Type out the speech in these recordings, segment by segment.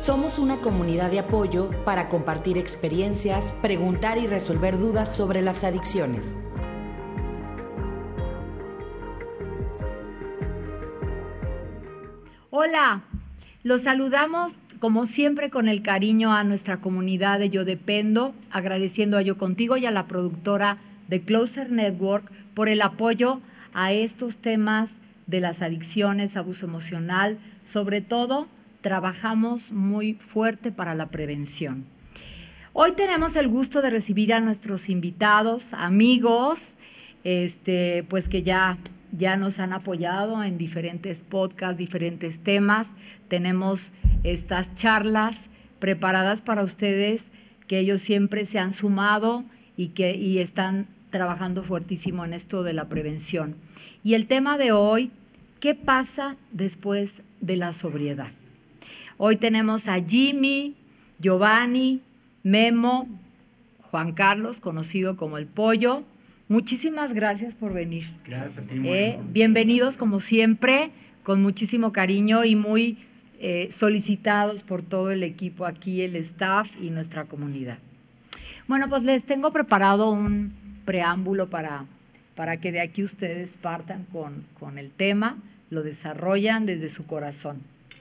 Somos una comunidad de apoyo para compartir experiencias, preguntar y resolver dudas sobre las adicciones. Hola, los saludamos como siempre con el cariño a nuestra comunidad de Yo Dependo, agradeciendo a Yo Contigo y a la productora de Closer Network por el apoyo a estos temas de las adicciones, abuso emocional. Sobre todo, trabajamos muy fuerte para la prevención. Hoy tenemos el gusto de recibir a nuestros invitados, amigos, pues que ya nos han apoyado en diferentes podcasts, diferentes temas. Tenemos estas charlas preparadas para ustedes, que ellos siempre se han sumado y están trabajando fuertísimo en esto de la prevención. Y el tema de hoy, ¿qué pasa después de la sobriedad? Hoy tenemos a Jimmy, Giovanni, Memo, Juan Carlos, conocido como El Pollo. Muchísimas gracias por venir. Gracias a ti, bienvenidos como siempre, con muchísimo cariño y muy solicitados por todo el equipo aquí, el staff y nuestra comunidad. Bueno, pues les tengo preparado un preámbulo para que de aquí ustedes partan con el tema, lo desarrollan desde su corazón.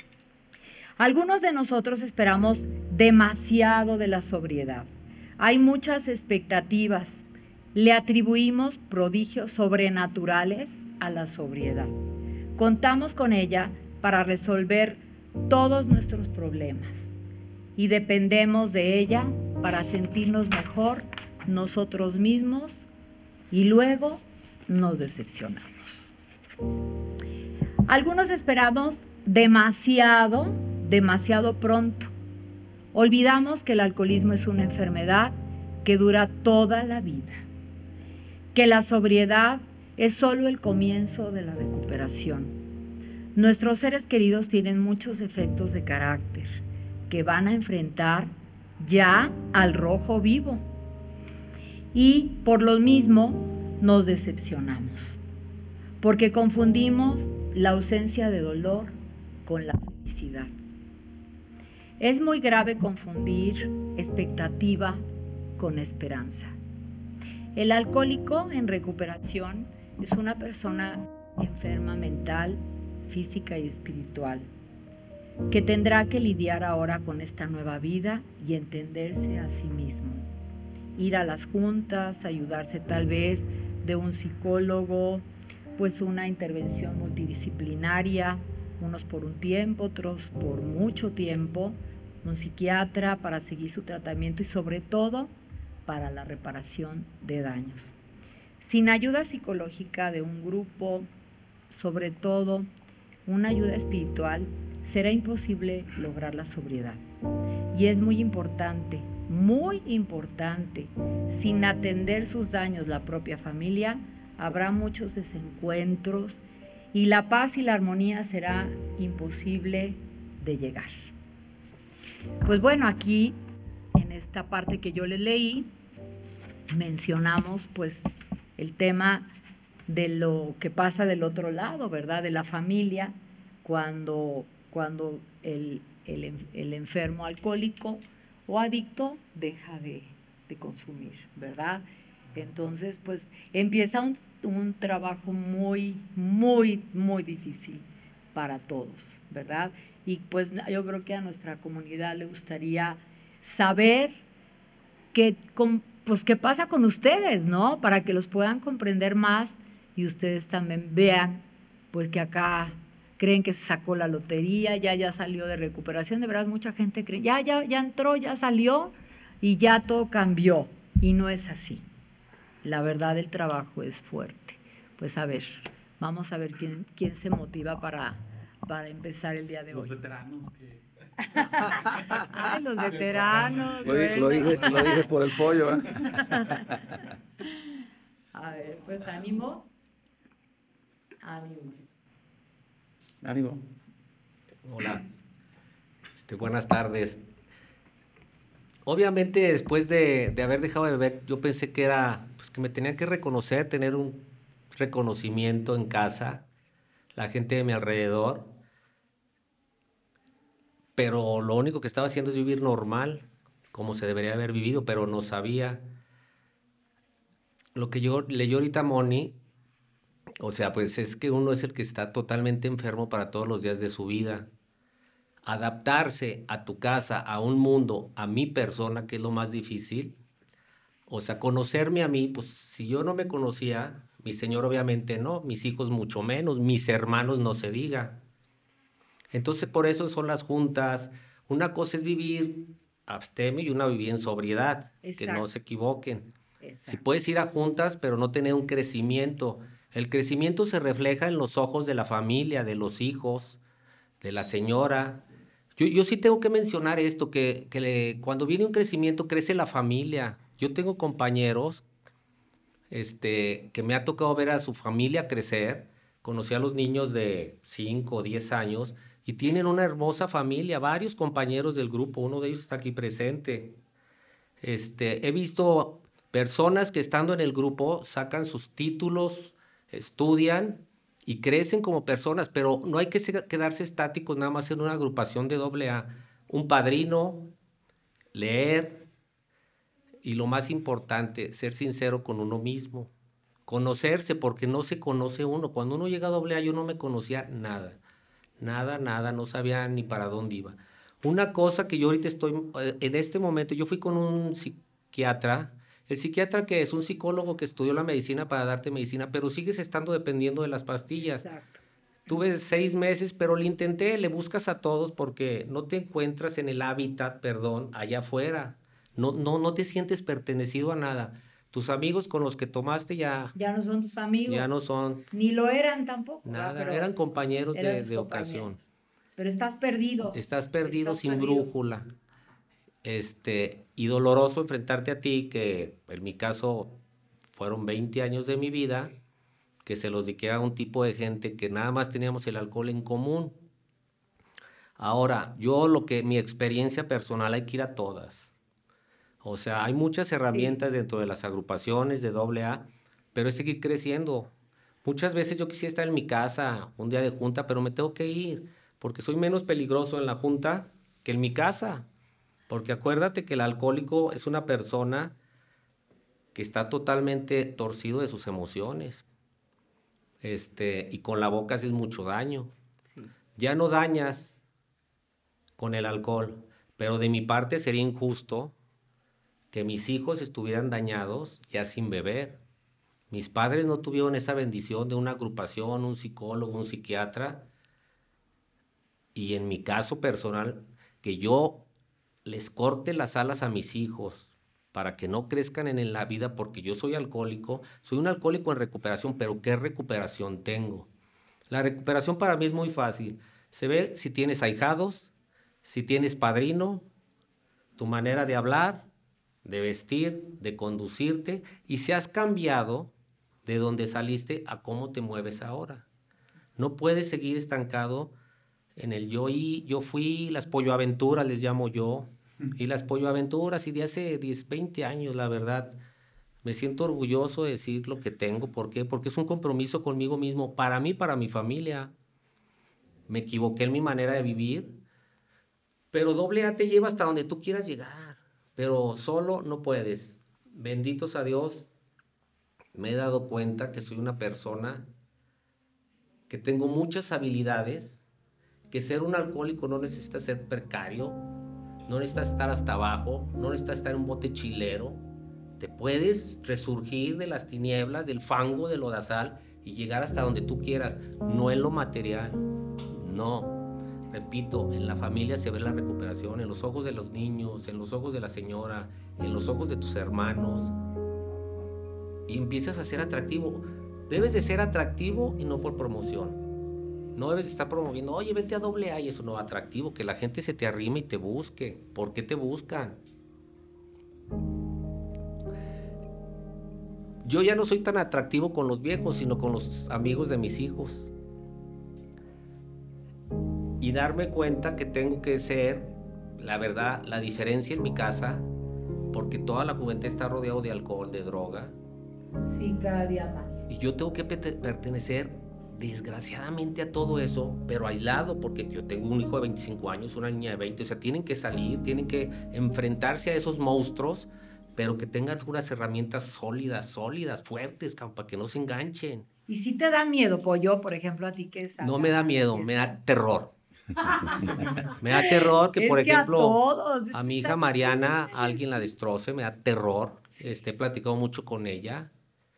Algunos de nosotros esperamos demasiado de la sobriedad. Hay muchas expectativas. Le atribuimos prodigios sobrenaturales a la sobriedad. Contamos con ella para resolver todos nuestros problemas y dependemos de ella para sentirnos mejor nosotros mismos y luego nos decepcionamos. Algunos esperamos demasiado pronto. Olvidamos que el alcoholismo es una enfermedad que dura toda la vida, que la sobriedad es solo el comienzo de la recuperación. Nuestros seres queridos tienen muchos defectos de carácter que van a enfrentar ya al rojo vivo y por lo mismo nos decepcionamos, porque confundimos la ausencia de dolor con la felicidad. Es muy grave confundir expectativa con esperanza. El alcohólico en recuperación es una persona enferma mental, física y espiritual, que tendrá que lidiar ahora con esta nueva vida y entenderse a sí mismo. Ir a las juntas, ayudarse tal vez de un psicólogo, pues una intervención multidisciplinaria, unos por un tiempo, otros por mucho tiempo, un psiquiatra para seguir su tratamiento y sobre todo para la reparación de daños. Sin ayuda psicológica de un grupo, sobre todo una ayuda espiritual, será imposible lograr la sobriedad. Y es muy importante, sin atender sus daños la propia familia, habrá muchos desencuentros y la paz y la armonía será imposible de llegar. Pues bueno, aquí en esta parte que yo les leí, mencionamos pues el tema de lo que pasa del otro lado, ¿verdad? De la familia, cuando el enfermo alcohólico o adicto deja de consumir, ¿verdad? Entonces, pues empieza un trabajo muy difícil para todos, ¿verdad? Y pues yo creo que a nuestra comunidad le gustaría saber qué pasa con ustedes, ¿no? Para que los puedan comprender más y ustedes también vean, pues que acá creen que se sacó la lotería, ya salió de recuperación. De verdad, mucha gente cree, ya entró, ya salió y ya todo cambió. Y no es así. La verdad, el trabajo es fuerte. Pues a ver, vamos a ver quién se motiva para empezar el día de hoy. Los veteranos que... Ay, los veteranos. Lo dices por el pollo, ¿eh? A ver, pues ánimo. Hola. Buenas tardes. Obviamente, después de haber dejado de beber, yo pensé que era, pues, que me tenían que reconocer, tener un reconocimiento en casa, la gente de mi alrededor. pero lo único que estaba haciendo es vivir normal, como se debería haber vivido, pero no sabía. Lo que yo leyó ahorita Moni, o sea, pues es que uno es el que está totalmente enfermo para todos los días de su vida. Adaptarse a tu casa, a un mundo, a mi persona, que es lo más difícil. O sea, conocerme a mí, pues si yo no me conocía, mi señor obviamente no, mis hijos mucho menos, mis hermanos no se diga. Entonces por eso son las juntas. Una cosa es vivir abstemio y una vivir en sobriedad, que no se equivoquen. Si puedes ir a juntas, pero no tener un crecimiento. El crecimiento se refleja en los ojos de la familia, de los hijos, de la señora. Yo sí tengo que mencionar esto, cuando viene un crecimiento crece la familia. Yo tengo compañeros que me ha tocado ver a su familia crecer. Conocí a los niños de 5 o 10 años y tienen una hermosa familia, varios compañeros del grupo, uno de ellos está aquí presente. He visto personas que estando en el grupo sacan sus títulos, estudian y crecen como personas, pero no hay que quedarse estáticos nada más en una agrupación de AA. Un padrino, leer y lo más importante, ser sincero con uno mismo. Conocerse, porque no se conoce uno. Cuando uno llega a AA, yo no me conocía nada. Nada, no sabía ni para dónde iba. Una cosa que yo ahorita en este momento, yo fui con un psiquiatra. El psiquiatra, que es un psicólogo que estudió la medicina para darte medicina, pero sigues estando dependiendo de las pastillas. Exacto. Tuve 6 meses, pero le intenté, le buscas a todos porque no te encuentras en el hábitat, allá afuera. No te sientes pertenecido a nada. Tus amigos con los que tomaste ya no son tus amigos. Ya no son. Ni lo eran tampoco. Nada, eran compañeros de ocasión. Pero estás perdido. Estás perdido sin brújula. Y doloroso enfrentarte a ti, que en mi caso fueron 20 años de mi vida, que se los dediqué a un tipo de gente que nada más teníamos el alcohol en común. Ahora, mi experiencia personal, hay que ir a todas. O sea, hay muchas herramientas dentro de las agrupaciones de AA, pero es seguir creciendo. Muchas veces yo quisiera estar en mi casa un día de junta, pero me tengo que ir, porque soy menos peligroso en la junta que en mi casa. Porque acuérdate que el alcohólico es una persona que está totalmente torcido de sus emociones. Y con la boca haces mucho daño. Sí. Ya no dañas con el alcohol, pero de mi parte sería injusto que mis hijos estuvieran dañados ya sin beber. Mis padres no tuvieron esa bendición de una agrupación, un psicólogo, un psiquiatra. Y en mi caso personal, que yo les corte las alas a mis hijos para que no crezcan en la vida, porque yo soy alcohólico, soy un alcohólico en recuperación, pero ¿qué recuperación tengo? La recuperación para mí es muy fácil. Se ve si tienes ahijados, si tienes padrino, tu manera de hablar, de vestir, de conducirte, y si has cambiado de donde saliste a cómo te mueves ahora. No puedes seguir estancado en el yo fui, las polloaventuras les llamo yo, y las polloaventuras, y de hace 10, 20 años, la verdad, me siento orgulloso de decir lo que tengo. ¿Por qué? Porque es un compromiso conmigo mismo, para mí, para mi familia. Me equivoqué en mi manera de vivir, pero AA te lleva hasta donde tú quieras llegar, pero solo no puedes. Benditos a Dios, me he dado cuenta que soy una persona que tengo muchas habilidades, que ser un alcohólico no necesita ser precario, no necesitas estar hasta abajo, no necesitas estar en un bote chilero. Te puedes resurgir de las tinieblas, del fango, del lodazal y llegar hasta donde tú quieras, no en lo material, no. Repito, en la familia se ve la recuperación, en los ojos de los niños, en los ojos de la señora, en los ojos de tus hermanos. Y empiezas a ser atractivo. Debes de ser atractivo y no por promoción. No debes de estar promoviendo, oye, vete a AA, y eso no es atractivo, que la gente se te arrime y te busque. ¿Por qué te buscan? Yo ya no soy tan atractivo con los viejos, sino con los amigos de mis hijos. Y darme cuenta que tengo que ser, la verdad, la diferencia en mi casa, porque toda la juventud está rodeado de alcohol, de droga. Sí, cada día más. Y yo tengo que pertenecer desgraciadamente a todo eso, pero aislado, porque yo tengo un hijo de 25 años, una niña de 20, o sea, tienen que salir, tienen que enfrentarse a esos monstruos, pero que tengan unas herramientas sólidas, fuertes, para que no se enganchen. ¿Y si te da miedo, Pollo, por ejemplo, a ti que No me da miedo, me da terror. Me da terror que, por ejemplo, a mi hija Mariana alguien la destroce, me da terror. Sí. He platicado mucho con ella.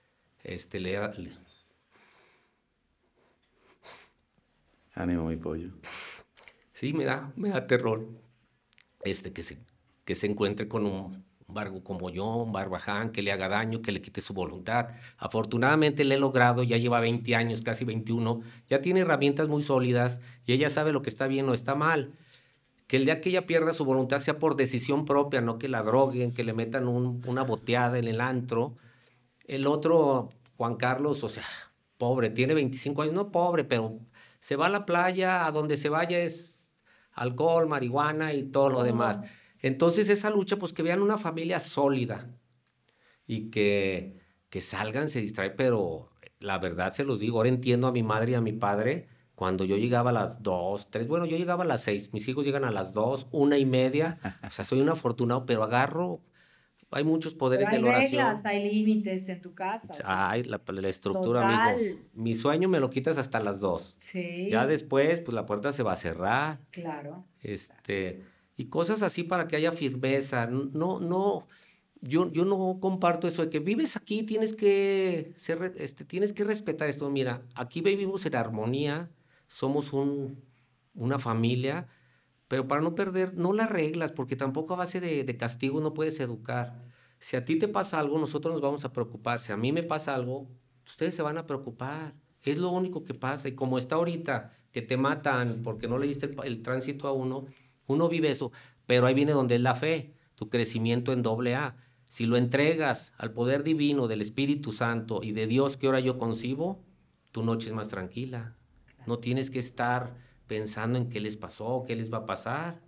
Ánimo, mi pollo. Sí, me da terror que se encuentre con un bargo como yo, un barbaján, que le haga daño, que le quite su voluntad. Afortunadamente le he logrado, ya lleva 20 años, casi 21, ya tiene herramientas muy sólidas y ella sabe lo que está bien o está mal. Que el día que ella pierda su voluntad sea por decisión propia, no que la droguen, que le metan una boteada en el antro. El otro, Juan Carlos, o sea, pobre, tiene 25 años, no pobre, pero se va a la playa, a donde se vaya es alcohol, marihuana y todo lo demás. Entonces esa lucha, pues que vean una familia sólida y que salgan, se distraen, pero la verdad se los digo, ahora entiendo a mi madre y a mi padre. Cuando yo llegaba a las 2, 3, bueno, yo llegaba a las 6, mis hijos llegan a las 2, 1:30, o sea, soy un afortunado, pero agarro, hay muchos poderes Pero hay de la oración. reglas, hay límites en tu casa. Ay, la estructura, total. amigo. Mi sueño me lo quitas hasta las 2. Sí. Ya después, pues la puerta se va a cerrar. Claro. Y cosas así para que haya firmeza. No, yo no comparto eso de que vives aquí, tienes que respetar esto. Mira, aquí vivimos en armonía, somos una familia, pero para no perder, no las reglas, porque tampoco a base de castigo no puedes educar. Si a ti te pasa algo, nosotros nos vamos a preocupar. Si a mí me pasa algo, ustedes se van a preocupar. Es lo único que pasa. Y como está ahorita, que te matan porque no le diste el tránsito a uno vive eso. Pero ahí viene donde es la fe, tu crecimiento en AA. Si lo entregas al poder divino del Espíritu Santo y de Dios que ahora yo concibo, tu noche es más tranquila. No tienes que estar pensando en qué les pasó, qué les va a pasar.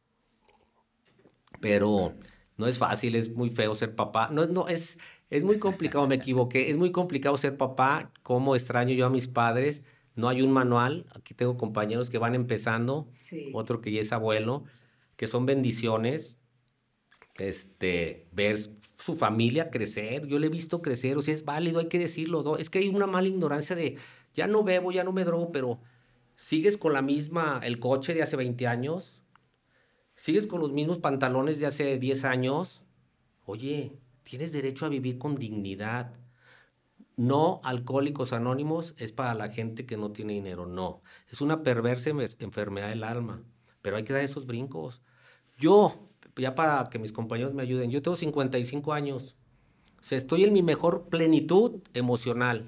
Pero no es fácil, es muy feo ser papá. No, es muy complicado, me equivoqué. Es muy complicado ser papá. Cómo extraño yo a mis padres. No hay un manual. Aquí tengo compañeros que van empezando. Sí. Otro que ya es abuelo. Que son bendiciones. Ver su familia crecer. Yo le he visto crecer. O sea, es válido, hay que decirlo, ¿no? Es que hay una mala ignorancia de, ya no bebo, ya no me drogo, pero sigues con el coche de hace 20 años. ¿Sigues con los mismos pantalones de hace 10 años? Oye, tienes derecho a vivir con dignidad. No, Alcohólicos Anónimos es para la gente que no tiene dinero, no. Es una perversa enfermedad del alma, pero hay que dar esos brincos. Yo, ya para que mis compañeros me ayuden, yo tengo 55 años. O sea, estoy en mi mejor plenitud emocional.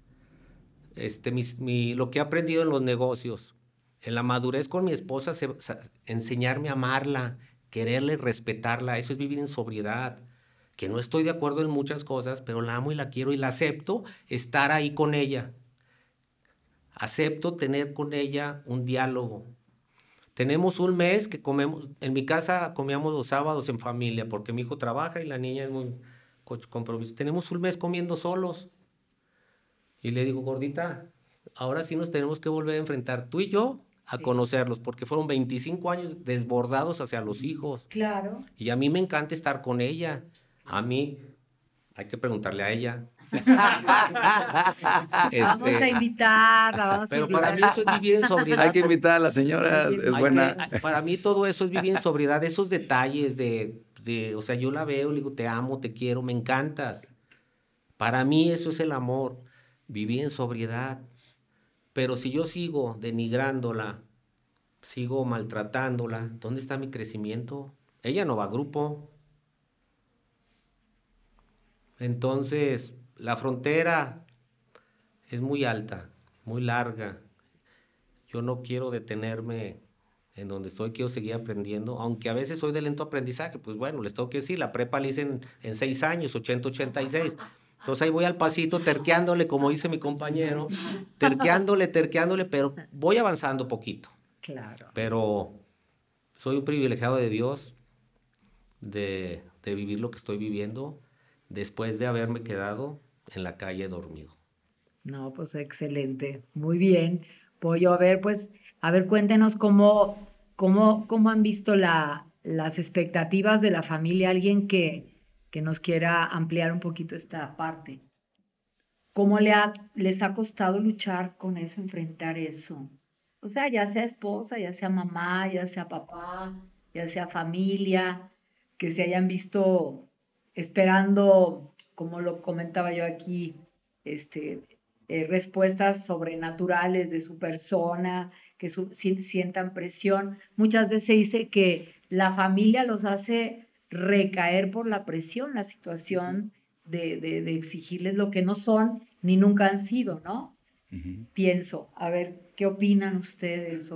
Lo que he aprendido en los negocios, en la madurez con mi esposa, enseñarme a amarla, quererla y respetarla, eso es vivir en sobriedad. Que no estoy de acuerdo en muchas cosas, pero la amo y la quiero y la acepto estar ahí con ella. Acepto tener con ella un diálogo. Tenemos un mes que comemos, en mi casa comíamos los sábados en familia, porque mi hijo trabaja y la niña es muy compromiso. Tenemos un mes comiendo solos. Y le digo, gordita, ahora sí nos tenemos que volver a enfrentar tú y yo a conocerlos, porque fueron 25 años desbordados hacia los hijos. Claro. Y a mí me encanta estar con ella. A mí, hay que preguntarle a ella. Vamos a invitarla, Pero para mí eso es vivir en sobriedad. Hay que invitar a la señora, es buena. Para mí todo eso es vivir en sobriedad, esos detalles o sea, yo la veo, le digo, te amo, te quiero, me encantas. Para mí eso es el amor, vivir en sobriedad. Pero si yo sigo denigrándola, sigo maltratándola, ¿dónde está mi crecimiento? Ella no va a grupo. Entonces, la frontera es muy alta, muy larga. Yo no quiero detenerme en donde estoy, quiero seguir aprendiendo, aunque a veces soy de lento aprendizaje, pues bueno, les tengo que decir, la prepa la hice en 6 años, 86. Entonces ahí voy al pasito, terqueándole, como dice mi compañero, terqueándole, pero voy avanzando poquito. Claro. Pero soy un privilegiado de Dios de vivir lo que estoy viviendo después de haberme quedado en la calle dormido. No, pues excelente, muy bien. Pollo, a ver, pues, a ver, cuéntenos cómo han visto las expectativas de la familia, alguien que nos quiera ampliar un poquito esta parte. ¿Cómo les ha costado luchar con eso, enfrentar eso? O sea, ya sea esposa, ya sea mamá, ya sea papá, ya sea familia, que se hayan visto esperando, como lo comentaba yo aquí, este, respuestas sobrenaturales de su persona, que sientan presión. Muchas veces se dice que la familia los hace recaer por la presión, la situación de exigirles lo que no son ni nunca han sido, ¿no? Ujú. Pienso, a ver, ¿qué opinan ustedes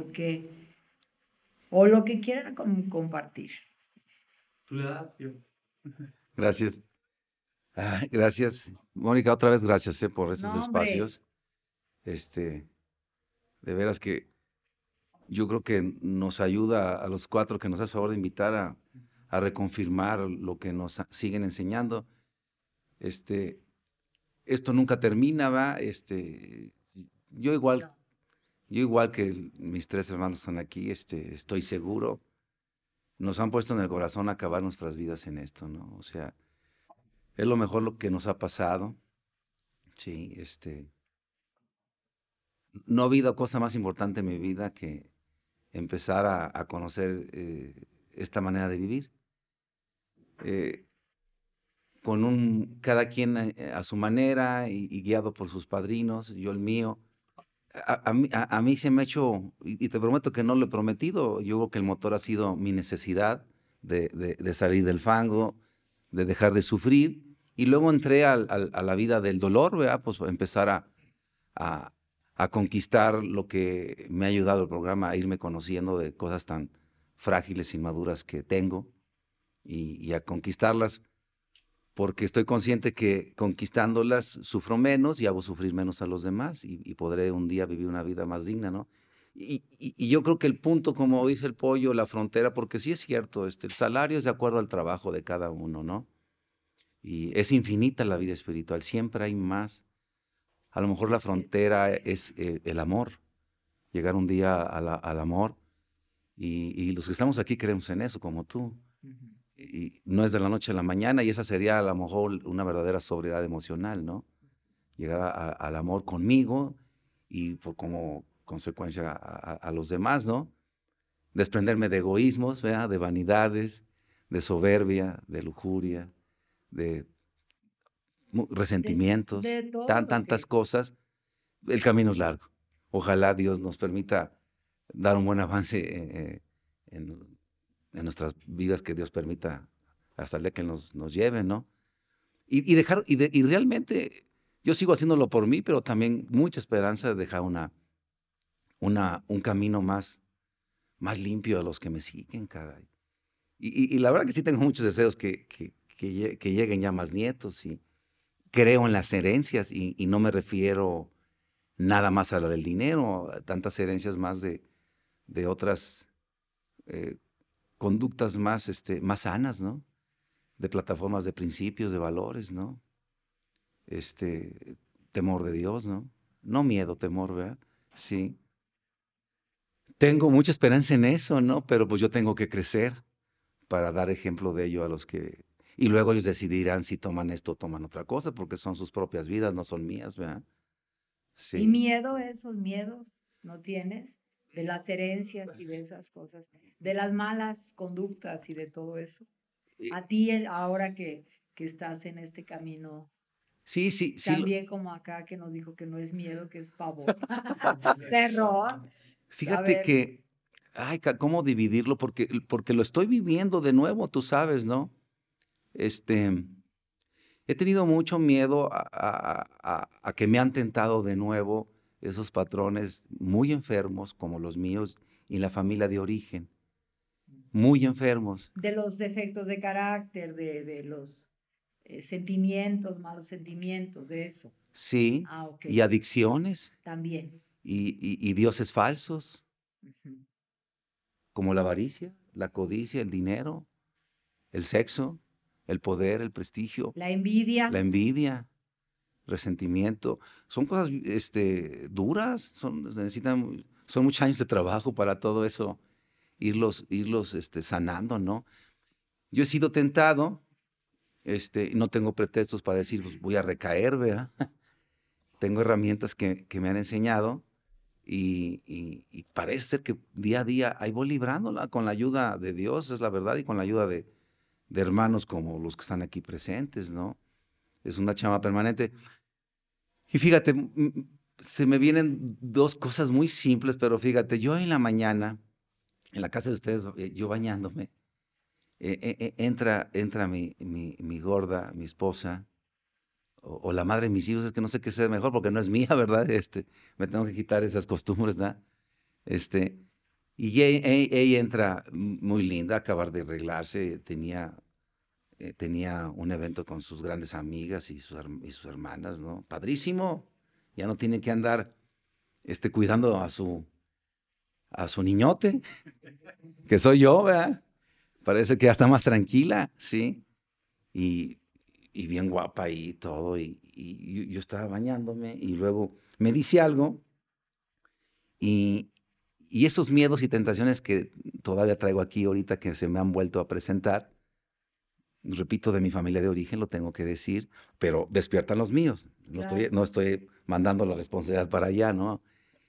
o lo que quieran compartir? ¿Tú le das? Yo. Gracias. Gracias. Mónica, otra vez gracias por estos No, hombre, espacios. De veras que yo creo que nos ayuda a los cuatro que nos hace favor de invitar a reconfirmar lo que nos siguen enseñando. Esto nunca termina, ¿va? Yo igual, no. yo igual que mis tres hermanos están aquí, estoy seguro, nos han puesto en el corazón acabar nuestras vidas en esto, ¿no? O sea, es lo mejor lo que nos ha pasado, sí, no ha habido cosa más importante en mi vida que empezar a conocer esta manera de vivir. Eh, cada quien a su manera y guiado por sus padrinos, yo el mío. A mí se me ha hecho, y te prometo que no lo he prometido, yo creo que el motor ha sido mi necesidad de salir del fango, de dejar de sufrir, y luego entré a la vida del dolor, ¿verdad? Pues empezar a, a conquistar lo que me ha ayudado el programa a irme conociendo de cosas tan frágiles, inmaduras que tengo, y a conquistarlas porque estoy consciente que conquistándolas sufro menos y hago sufrir menos a los demás y podré un día vivir una vida más digna, ¿no? Y yo creo que el punto, como dice el Pollo, la frontera, porque sí es cierto, el salario es de acuerdo al trabajo de cada uno, ¿no? Y es infinita la vida espiritual, siempre hay más. A lo mejor la frontera es el amor, llegar un día al amor y los que estamos aquí creemos en eso, como tú. Ujú. Y no es de la noche a la mañana y esa sería a lo mejor una verdadera sobriedad emocional, ¿no? Llegar al amor conmigo y por como consecuencia a los demás, ¿no? Desprenderme de egoísmos, ¿verdad? De vanidades, de soberbia, de lujuria, de resentimientos, De todo lo tantas que... cosas. El camino es largo. Ojalá Dios nos permita dar un buen avance en nuestras vidas, que Dios permita hasta el día que nos lleve, ¿no? Y realmente yo sigo haciéndolo por mí, pero también mucha esperanza de dejar un camino más limpio a los que me siguen, caray. Y la verdad que sí tengo muchos deseos que lleguen ya más nietos y creo en las herencias y no me refiero nada más a la del dinero, a tantas herencias más de otras eh, conductas más sanas, ¿no? De plataformas de principios, de valores, ¿no? Temor de Dios, ¿no? No miedo, temor, ¿verdad? Sí. Tengo mucha esperanza en eso, ¿no? Pero pues yo tengo que crecer para dar ejemplo de ello a los que... Y luego ellos decidirán si toman esto o toman otra cosa, porque son sus propias vidas, no son mías, ¿verdad? ¿Y Sí. miedo, esos miedos no tienes? De las herencias y de esas cosas, de las malas conductas y de todo eso. Eh, A ti, ahora que estás en este camino, Sí, sí, sí. también como acá que nos dijo que no es miedo, que es pavor. Terror. A Fíjate ver, que, ay, ¿cómo dividirlo? Porque lo estoy viviendo de nuevo, tú sabes, ¿no? Este, He tenido mucho miedo a que me han tentado de nuevo esos patrones muy enfermos como los míos y la familia de origen, muy enfermos. de los defectos de carácter, de los sentimientos, malos sentimientos, de eso. Sí, Ah, ok. y adicciones También. y dioses falsos, Ujú. como la avaricia, la codicia, el dinero, el sexo, el poder, el prestigio, La envidia. la envidia, resentimiento. Son cosas duras, son muchos años de trabajo para todo eso, irlos sanando, ¿no? Yo he sido tentado, no tengo pretextos para decir, pues voy a recaer, ¿verdad? Tengo herramientas que me han enseñado y parece ser que día a día ahí voy librándola con la ayuda de Dios, es la verdad, y con la ayuda de hermanos como los que están aquí presentes, ¿no? Es una chama permanente. Y fíjate, se me vienen dos cosas muy simples, pero fíjate, yo en la mañana, en la casa de ustedes, yo bañándome, entra mi gorda, mi esposa, o la madre de mis hijos, es que no sé qué sea mejor porque no es mía, ¿verdad? Me tengo que quitar esas costumbres, ¿verdad? Y ella entra muy linda, acabar de arreglarse, tenía un evento con sus grandes amigas y sus hermanas, ¿no? Padrísimo, ya no tiene que andar cuidando a su niñote, que soy yo, ¿verdad? Parece que ya está más tranquila, ¿sí? Y bien guapa y todo, y yo estaba bañándome y luego me dice algo y esos miedos y tentaciones que todavía traigo aquí ahorita que se me han vuelto a presentar, repito, de mi familia de origen, lo tengo que decir, pero despiertan los míos, no estoy mandando la responsabilidad para allá, ¿no?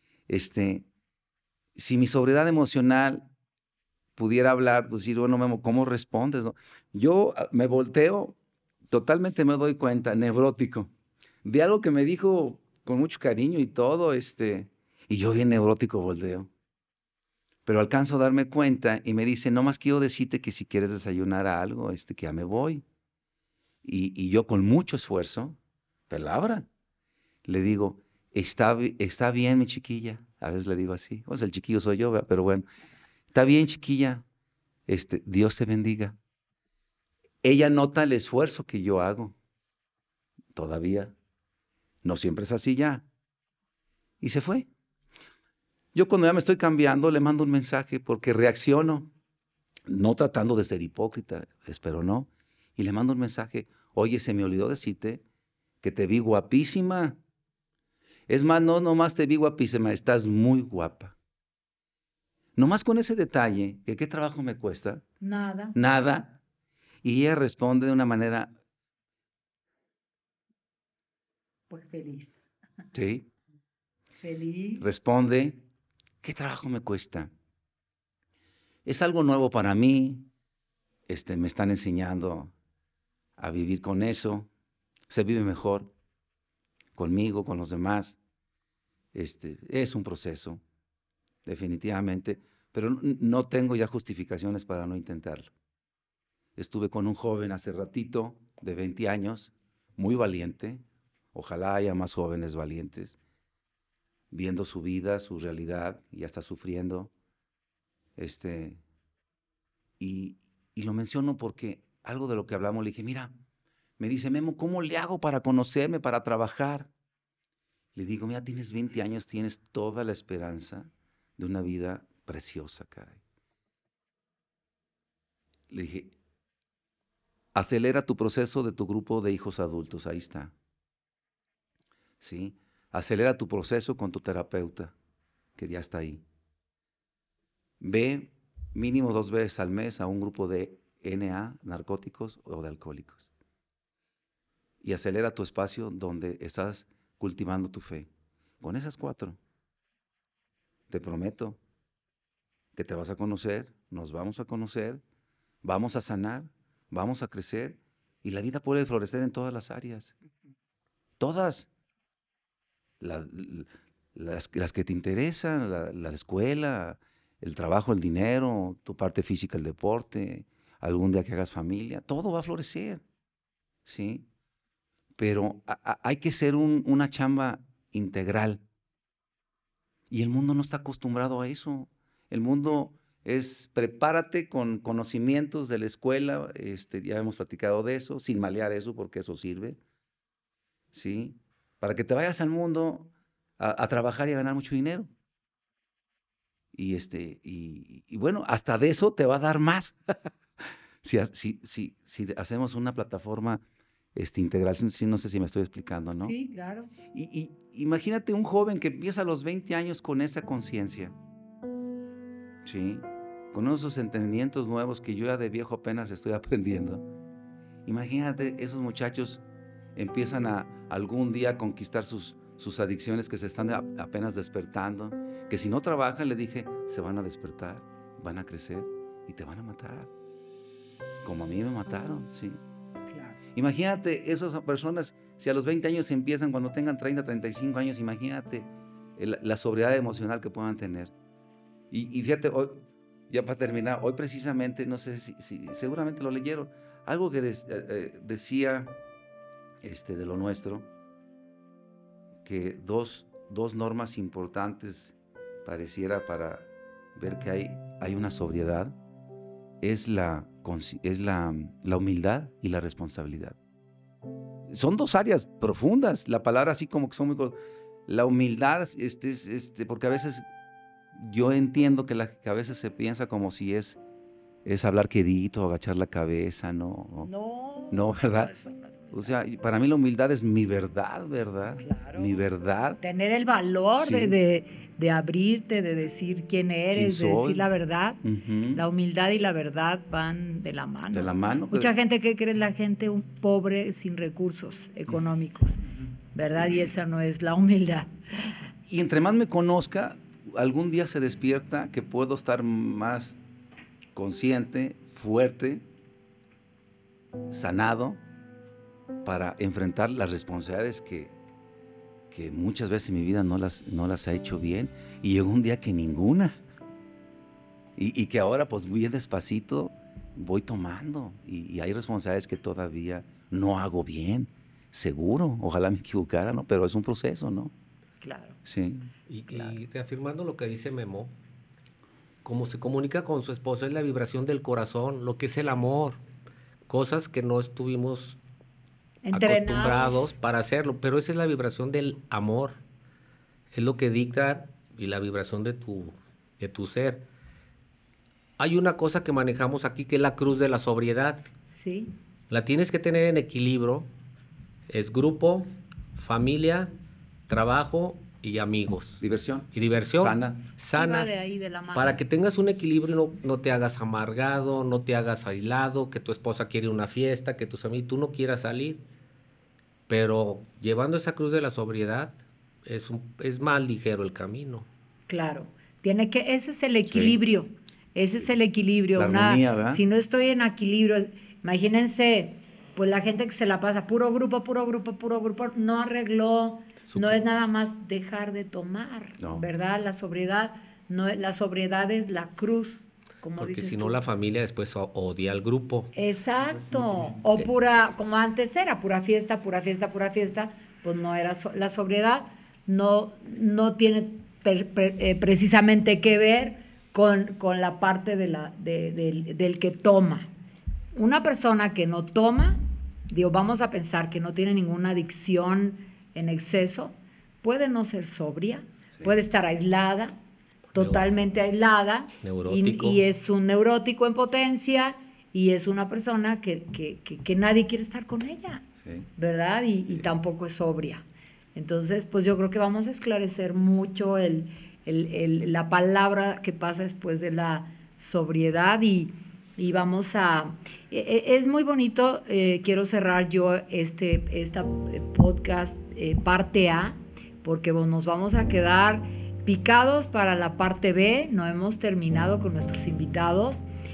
Si mi sobriedad emocional pudiera hablar, pues decir, bueno, Memo, ¿cómo respondes, no? Yo me volteo, totalmente me doy cuenta, nevrótico, de algo que me dijo con mucho cariño y todo, y yo bien neurótico volteo. Pero alcanzo a darme cuenta y me dice, no más quiero decirte que si quieres desayunar algo, que ya me voy. Y yo con mucho esfuerzo, palabra, le digo, está bien, mi chiquilla. A veces le digo así, o sea, el chiquillo soy yo, ¿verdad? Pero bueno, está bien, chiquilla, Dios te bendiga. Ella nota el esfuerzo que yo hago, todavía. No siempre es así ya. Y se fue. Yo cuando ya me estoy cambiando, le mando un mensaje porque reacciono, no tratando de ser hipócrita, espero no, y le mando un mensaje, oye, se me olvidó decirte que te vi guapísima. Es más, no nomás te vi guapísima, estás muy guapa. Nomás con ese detalle, que qué trabajo me cuesta. Nada. Nada. Y ella responde de una manera... Pues feliz. Sí. Feliz. Responde, ¿qué trabajo me cuesta? Es algo nuevo para mí. Me están enseñando a vivir con eso. Se vive mejor conmigo, con los demás. Es un proceso, definitivamente, pero no tengo ya justificaciones para no intentarlo. Estuve con un joven hace ratito, de 20 años, muy valiente. Ojalá haya más jóvenes valientes, viendo su vida, su realidad, y ya está sufriendo. Y lo menciono porque algo de lo que hablamos, le dije, mira, me dice, Memo, ¿cómo le hago para conocerme, para trabajar? Le digo, mira, tienes 20 años, tienes toda la esperanza de una vida preciosa, caray. Le dije, acelera tu proceso de tu grupo de hijos adultos, ahí está. ¿Sí? Acelera tu proceso con tu terapeuta, que ya está ahí. Ve mínimo 2 veces al mes a un grupo de NA, narcóticos o de alcohólicos. Y acelera tu espacio donde estás cultivando tu fe. Con esas 4, te prometo que te vas a conocer, nos vamos a conocer, vamos a sanar, vamos a crecer y la vida puede florecer en todas las áreas. Todas. Las que te interesan, la escuela, el trabajo, el dinero, tu parte física, el deporte, algún día que hagas familia, todo va a florecer, ¿sí? Pero hay que ser una chamba integral. Y el mundo no está acostumbrado a eso. El mundo es prepárate con conocimientos de la escuela, ya hemos platicado de eso, sin malear eso porque eso sirve, ¿sí? Para que te vayas al mundo a trabajar y a ganar mucho dinero. Y bueno, hasta de eso te va a dar más. Si hacemos una plataforma integral. Sí, no sé si me estoy explicando, ¿no? Sí, claro. Y imagínate un joven que empieza a los 20 años con esa conciencia, ¿sí? Con esos entendimientos nuevos que yo ya de viejo apenas estoy aprendiendo. Imagínate, esos muchachos empiezan a algún día conquistar sus adicciones que se están apenas despertando, que si no trabajan, le dije, se van a despertar, van a crecer y te van a matar, como a mí me mataron, ¿sí? Claro. Imagínate esas personas, si a los 20 años empiezan, cuando tengan 30, 35 años, imagínate la sobriedad emocional que puedan tener. Y fíjate, hoy, ya para terminar, hoy precisamente, no sé si seguramente lo leyeron, algo que decía de lo nuestro, que dos normas importantes pareciera para ver que hay una sobriedad, es la humildad y la responsabilidad. Son dos áreas profundas, la palabra así como que son muy... La humildad, porque a veces yo entiendo que a veces se piensa como si es hablar quedito, agachar la cabeza, no, ¿verdad? O sea, para mí la humildad es mi verdad, ¿verdad? Claro. Mi verdad. Tener el valor Sí. de abrirte, de decir quién eres, ¿Quién de soy? decir la verdad. Uh-huh. La humildad y la verdad van de la mano. De la mano. Mucha gente que cree la gente un pobre sin recursos económicos, ¿verdad? Y esa no es la humildad. Y entre más me conozca, algún día se despierta que puedo estar más consciente, fuerte, sanado, para enfrentar las responsabilidades que muchas veces en mi vida no las he hecho bien, y llegó un día que ninguna, y que ahora pues bien despacito voy tomando, y hay responsabilidades que todavía no hago bien, seguro, ojalá me equivocara, ¿no? Pero es un proceso, ¿no? Claro. Sí. Y reafirmando lo que dice Memo, como se comunica con su esposa es la vibración del corazón, lo que es el amor, cosas que no estuvimos acostumbrados para hacerlo, pero esa es la vibración del amor, es lo que dicta y la vibración de tu ser. Hay una cosa que manejamos aquí que es la cruz de la sobriedad. Sí. La tienes que tener en equilibrio, es grupo, familia, trabajo y amigos. Diversión. Y diversión. Sana. Va de ahí de la mano. Para que tengas un equilibrio y no te hagas amargado, no te hagas aislado, que tu esposa quiere una fiesta, que tus amigos, tú no quieras salir. Pero llevando esa cruz de la sobriedad, es más ligero el camino. Claro. Ese es el equilibrio. Sí. Ese es el equilibrio. La armonía, ¿verdad? Si no estoy en equilibrio, imagínense, pues la gente que se la pasa puro grupo, no arregló. No es nada más dejar de tomar, no. ¿Verdad? La sobriedad es la cruz, como porque dices si no tú. La familia después odia al grupo. Exacto. O como antes era, pura fiesta, pues no era la sobriedad, no tiene precisamente que ver con la parte del que toma. Una persona que no toma, vamos a pensar que no tiene ninguna adicción en exceso, puede no ser sobria, sí. Puede estar aislada, totalmente aislada, y es un neurótico en potencia, y es una persona que nadie quiere estar con ella, sí. ¿Verdad? Y tampoco es sobria. Entonces, pues yo creo que vamos a esclarecer mucho la palabra que pasa después de la sobriedad, y vamos a... Es muy bonito, quiero cerrar yo esta podcast parte A, porque nos vamos a quedar picados para la parte B. No hemos terminado con nuestros invitados.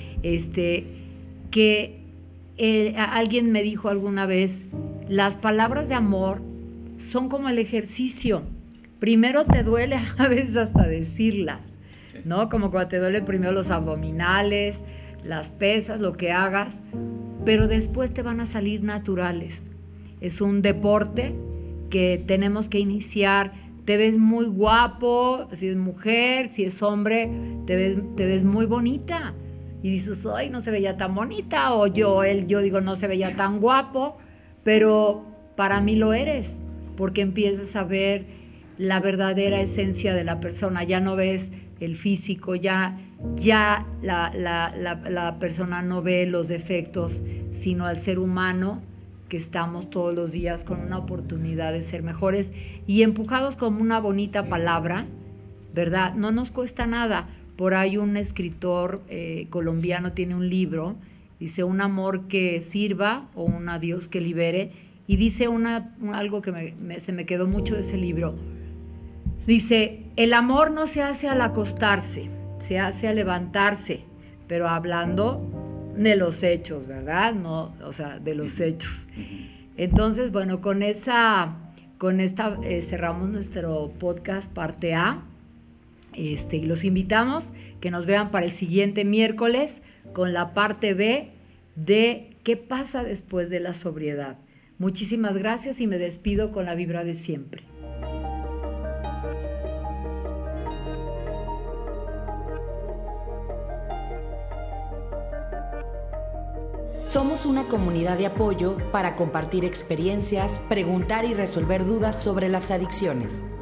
Alguien me dijo alguna vez, las palabras de amor son como el ejercicio. Primero te duele a veces hasta decirlas, ¿no? Como cuando te duele primero los abdominales, las pesas, lo que hagas, pero después te van a salir naturales. Es un deporte que tenemos que iniciar. Te ves muy guapo, si es mujer, si es hombre, te ves muy bonita. Y dices, ay, no se veía tan bonita, o yo digo, no se veía tan guapo, pero para mí lo eres, porque empiezas a ver la verdadera esencia de la persona. Ya no ves el físico, ya la persona no ve los defectos, sino al ser humano que estamos todos los días con una oportunidad de ser mejores y empujados como una bonita palabra, ¿verdad? No nos cuesta nada. Por ahí un escritor colombiano tiene un libro, dice un amor que sirva o un adiós que libere, y dice algo que se me quedó mucho de ese libro. Dice, el amor no se hace al acostarse, se hace al levantarse, pero hablando de los hechos, ¿verdad? No, o sea, de los hechos. Entonces, bueno, con esta cerramos nuestro podcast parte A. Y los invitamos que nos vean para el siguiente miércoles con la parte B de qué pasa después de la sobriedad. Muchísimas gracias y me despido con la vibra de siempre. Somos una comunidad de apoyo para compartir experiencias, preguntar y resolver dudas sobre las adicciones.